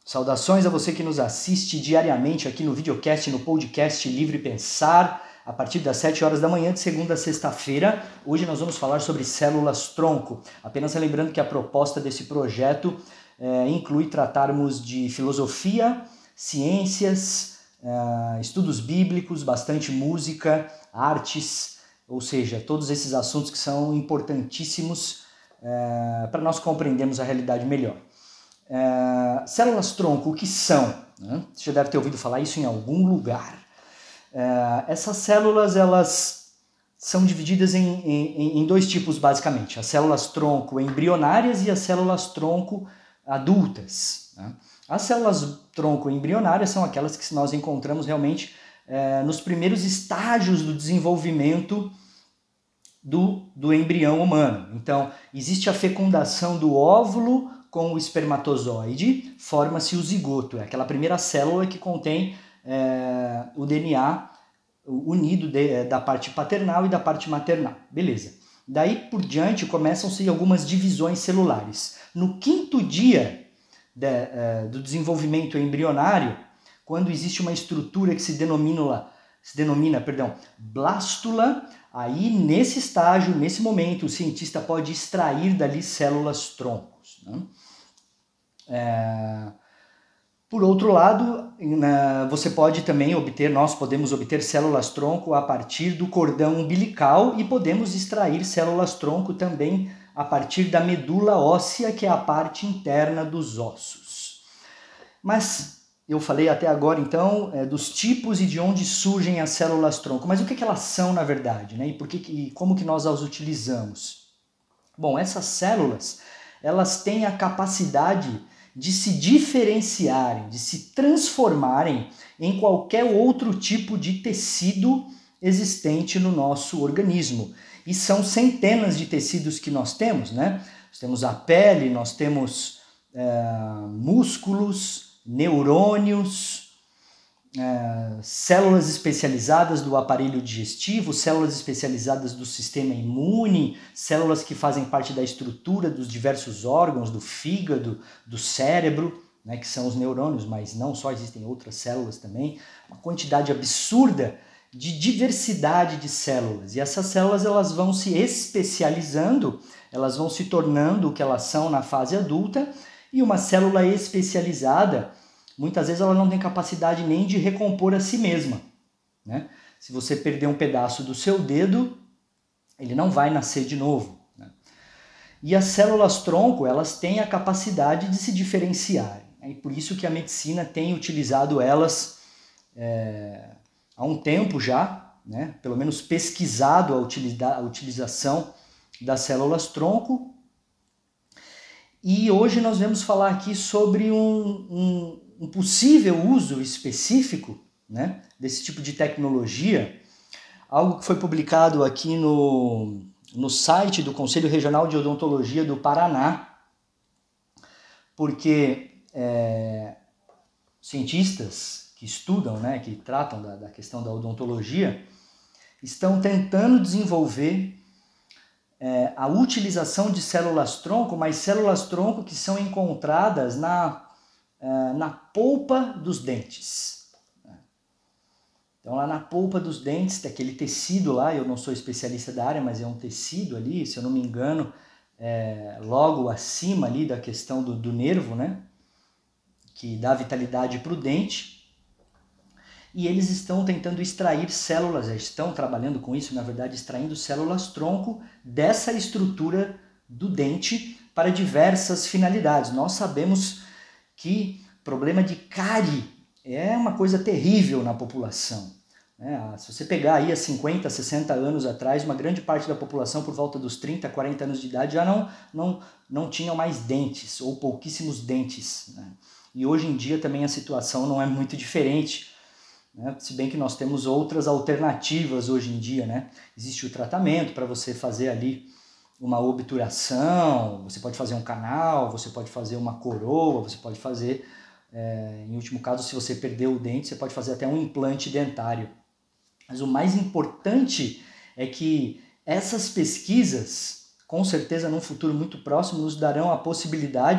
Saudações a você que nos assiste diariamente aqui no videocast, no podcast Livre Pensar, a partir das 7 horas da manhã, de segunda a sexta-feira. Hoje nós vamos falar sobre células-tronco. Apenas lembrando que a proposta desse projeto inclui tratarmos de filosofia, ciências, estudos bíblicos, bastante música, artes, ou seja, todos esses assuntos que são importantíssimos para nós compreendermos a realidade melhor. Células-tronco, o que são? Você já deve ter ouvido falar isso em algum lugar. Essas células, elas são divididas em dois tipos, basicamente. As células-tronco embrionárias e as células-tronco adultas. As células-tronco embrionárias são aquelas que nós encontramos realmente nos primeiros estágios do desenvolvimento do embrião humano. Então, existe a fecundação do óvulo com o espermatozoide, forma-se o zigoto, é aquela primeira célula que contém o DNA unido da parte paternal e da parte maternal. Beleza. Daí por diante começam-se algumas divisões celulares. No quinto dia do desenvolvimento embrionário, quando existe uma estrutura que se denomina blástula, aí nesse estágio, nesse momento, o cientista pode extrair dali células-troncos. Por outro lado, você pode também nós podemos obter células-tronco a partir do cordão umbilical e podemos extrair células-tronco também a partir da medula óssea, que é a parte interna dos ossos. Mas eu falei até agora, então, dos tipos e de onde surgem as células-tronco. Mas o que elas são, na verdade, né? E como que nós as utilizamos? Bom, essas células, elas têm a capacidade de se diferenciarem, de se transformarem em qualquer outro tipo de tecido existente no nosso organismo. E são centenas de tecidos que nós temos, né? Nós temos a pele, nós temos músculos, neurônios, células especializadas do aparelho digestivo, células especializadas do sistema imune, células que fazem parte da estrutura dos diversos órgãos, do fígado, do cérebro, né, que são os neurônios, mas não só, existem outras células também, uma quantidade absurda de diversidade de células. E essas células, elas vão se especializando, elas vão se tornando o que elas são na fase adulta, e uma célula especializada, muitas vezes ela não tem capacidade nem de recompor a si mesma, né? Se você perder um pedaço do seu dedo, ele não vai nascer de novo, né? E as células-tronco, elas têm a capacidade de se diferenciar. E por isso que a medicina tem utilizado elas há um tempo já, né? Pelo menos pesquisado a utilização das células-tronco. E hoje nós vamos falar aqui sobre um possível uso específico, né, desse tipo de tecnologia, algo que foi publicado aqui no site do Conselho Regional de Odontologia do Paraná, porque cientistas que estudam, né, que tratam da questão da odontologia, estão tentando desenvolver a utilização de células-tronco, mas células-tronco que são encontradas na polpa dos dentes. Então, lá na polpa dos dentes, tem aquele tecido lá, eu não sou especialista da área, mas é um tecido ali, se eu não me engano, logo acima ali da questão do nervo, né, que dá vitalidade para o dente. E eles estão tentando extrair células, já estão trabalhando com isso, na verdade, extraindo células-tronco dessa estrutura do dente para diversas finalidades. Nós sabemos que problema de cárie é uma coisa terrível na população, né? Se você pegar aí há 50, 60 anos atrás, uma grande parte da população, por volta dos 30, 40 anos de idade, já não tinham mais dentes, ou pouquíssimos dentes, né? E hoje em dia também a situação não é muito diferente, né? Se bem que nós temos outras alternativas hoje em dia, né? Existe o tratamento para você fazer ali uma obturação, você pode fazer um canal, você pode fazer uma coroa, você pode fazer, em último caso, se você perdeu o dente, você pode fazer até um implante dentário. Mas o mais importante é que essas pesquisas, com certeza num futuro muito próximo, nos darão a possibilidade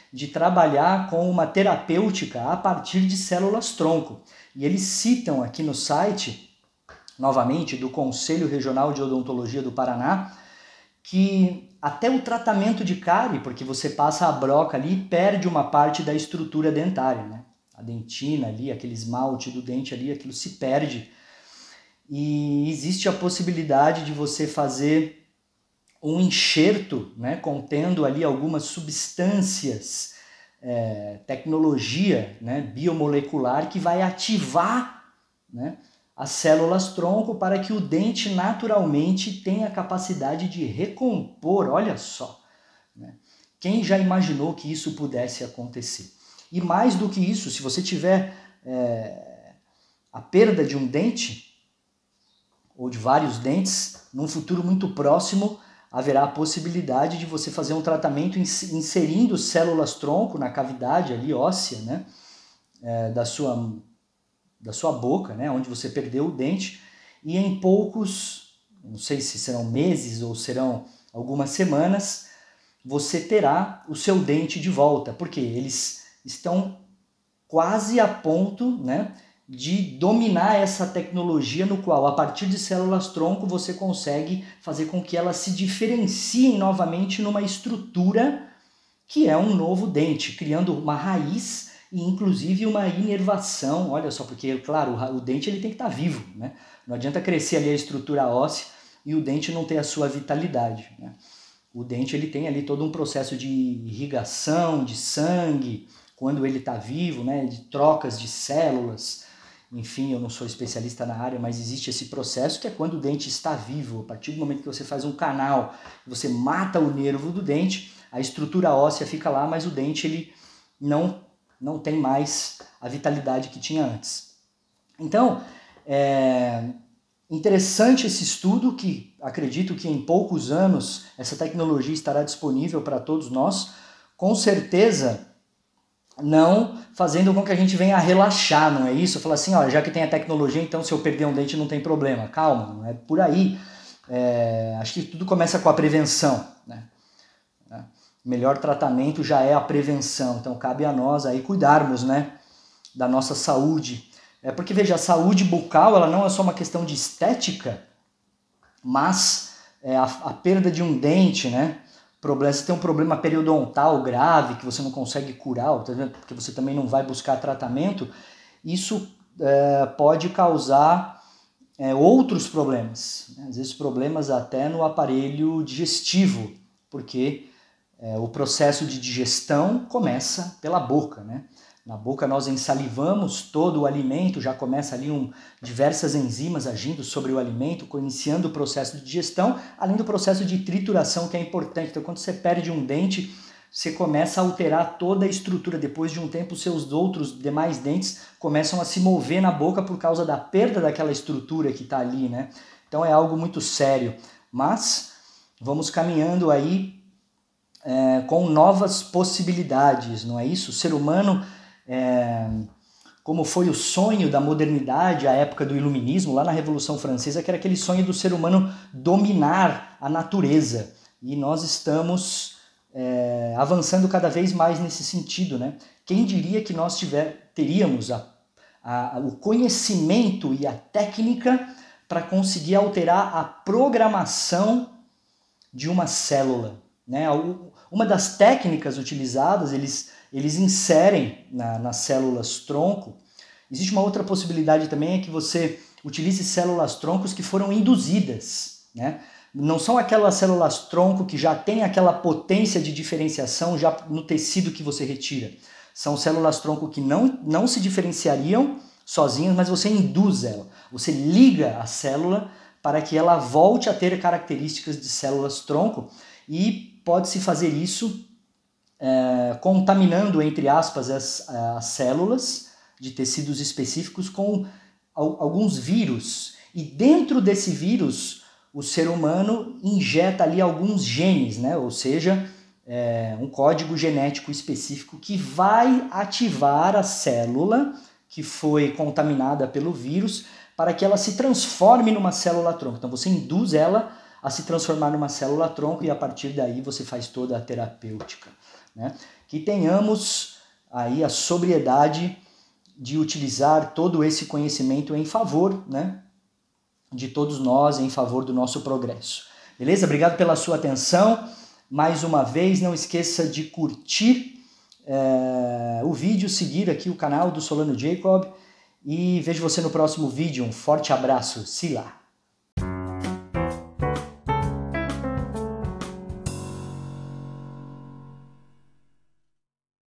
de trabalhar com uma terapêutica a partir de células-tronco. E eles citam aqui no site, novamente, do Conselho Regional de Odontologia do Paraná, que até o tratamento de cárie, porque você passa a broca ali e perde uma parte da estrutura dentária, né? A dentina ali, aquele esmalte do dente ali, aquilo se perde. E existe a possibilidade de você fazer um enxerto, né, contendo ali algumas substâncias, tecnologia, né, biomolecular, que vai ativar, né, as células-tronco para que o dente naturalmente tenha a capacidade de recompor, olha só. Né? Quem já imaginou que isso pudesse acontecer? E mais do que isso, se você tiver a perda de um dente, ou de vários dentes, num futuro muito próximo, haverá a possibilidade de você fazer um tratamento inserindo células-tronco na cavidade ali óssea, né, da sua boca, né, onde você perdeu o dente, e em poucos, não sei se serão meses ou serão algumas semanas, você terá o seu dente de volta, porque eles estão quase a ponto, né, de dominar essa tecnologia no qual, a partir de células-tronco, você consegue fazer com que elas se diferenciem novamente numa estrutura que é um novo dente, criando uma raiz e inclusive uma inervação. Olha só, porque, claro, o dente ele tem que estar vivo, né? Não adianta crescer ali a estrutura óssea e o dente não ter a sua vitalidade, né? O dente ele tem ali todo um processo de irrigação, de sangue, quando ele está vivo, né? De trocas de células. Enfim, eu não sou especialista na área, mas existe esse processo que é quando o dente está vivo. A partir do momento que você faz um canal, você mata o nervo do dente, a estrutura óssea fica lá, mas o dente ele não tem mais a vitalidade que tinha antes. Então, interessante esse estudo, que acredito que em poucos anos essa tecnologia estará disponível para todos nós, com certeza não fazendo com que a gente venha a relaxar, não é isso? Falar assim, ó, já que tem a tecnologia, então se eu perder um dente não tem problema. Calma, não é por aí. Acho que tudo começa com a prevenção, né? O melhor tratamento já é a prevenção, então cabe a nós aí cuidarmos, né, da nossa saúde. Porque, veja, a saúde bucal ela não é só uma questão de estética, mas a perda de um dente, né? Você tem um problema periodontal grave que você não consegue curar, porque você também não vai buscar tratamento, isso pode causar outros problemas, né? Às vezes problemas até no aparelho digestivo, porque o processo de digestão começa pela boca, né? Na boca nós ensalivamos todo o alimento, já começa ali diversas enzimas agindo sobre o alimento, iniciando o processo de digestão, além do processo de trituração, que é importante. Então, quando você perde um dente, você começa a alterar toda a estrutura. Depois de um tempo, os seus outros demais dentes começam a se mover na boca por causa da perda daquela estrutura que está ali, né? Então, é algo muito sério. Mas vamos caminhando aí com novas possibilidades, não é isso? O ser humano... como foi o sonho da modernidade, a época do iluminismo, lá na Revolução Francesa, que era aquele sonho do ser humano dominar a natureza. E nós estamos avançando cada vez mais nesse sentido, né? Quem diria que nós teríamos o conhecimento e a técnica para conseguir alterar a programação de uma célula, né? Uma das técnicas utilizadas, eles inserem nas células-tronco. Existe uma outra possibilidade também, é que você utilize células-troncos que foram induzidas, né? Não são aquelas células-tronco que já têm aquela potência de diferenciação já no tecido que você retira. São células-tronco que não se diferenciariam sozinhas, mas você induz ela. Você liga a célula para que ela volte a ter características de células-tronco, e pode-se fazer isso contaminando, entre aspas, as células de tecidos específicos com alguns vírus. E dentro desse vírus, o ser humano injeta ali alguns genes, né? Ou seja, um código genético específico que vai ativar a célula que foi contaminada pelo vírus para que ela se transforme numa célula-tronco. Então você induz ela a se transformar numa célula-tronco e a partir daí você faz toda a terapêutica, né? Que tenhamos aí a sobriedade de utilizar todo esse conhecimento em favor, né, de todos nós, em favor do nosso progresso. Beleza? Obrigado pela sua atenção. Mais uma vez, não esqueça de curtir o vídeo, seguir aqui o canal do Solano Jacob e vejo você no próximo vídeo. Um forte abraço. Sila!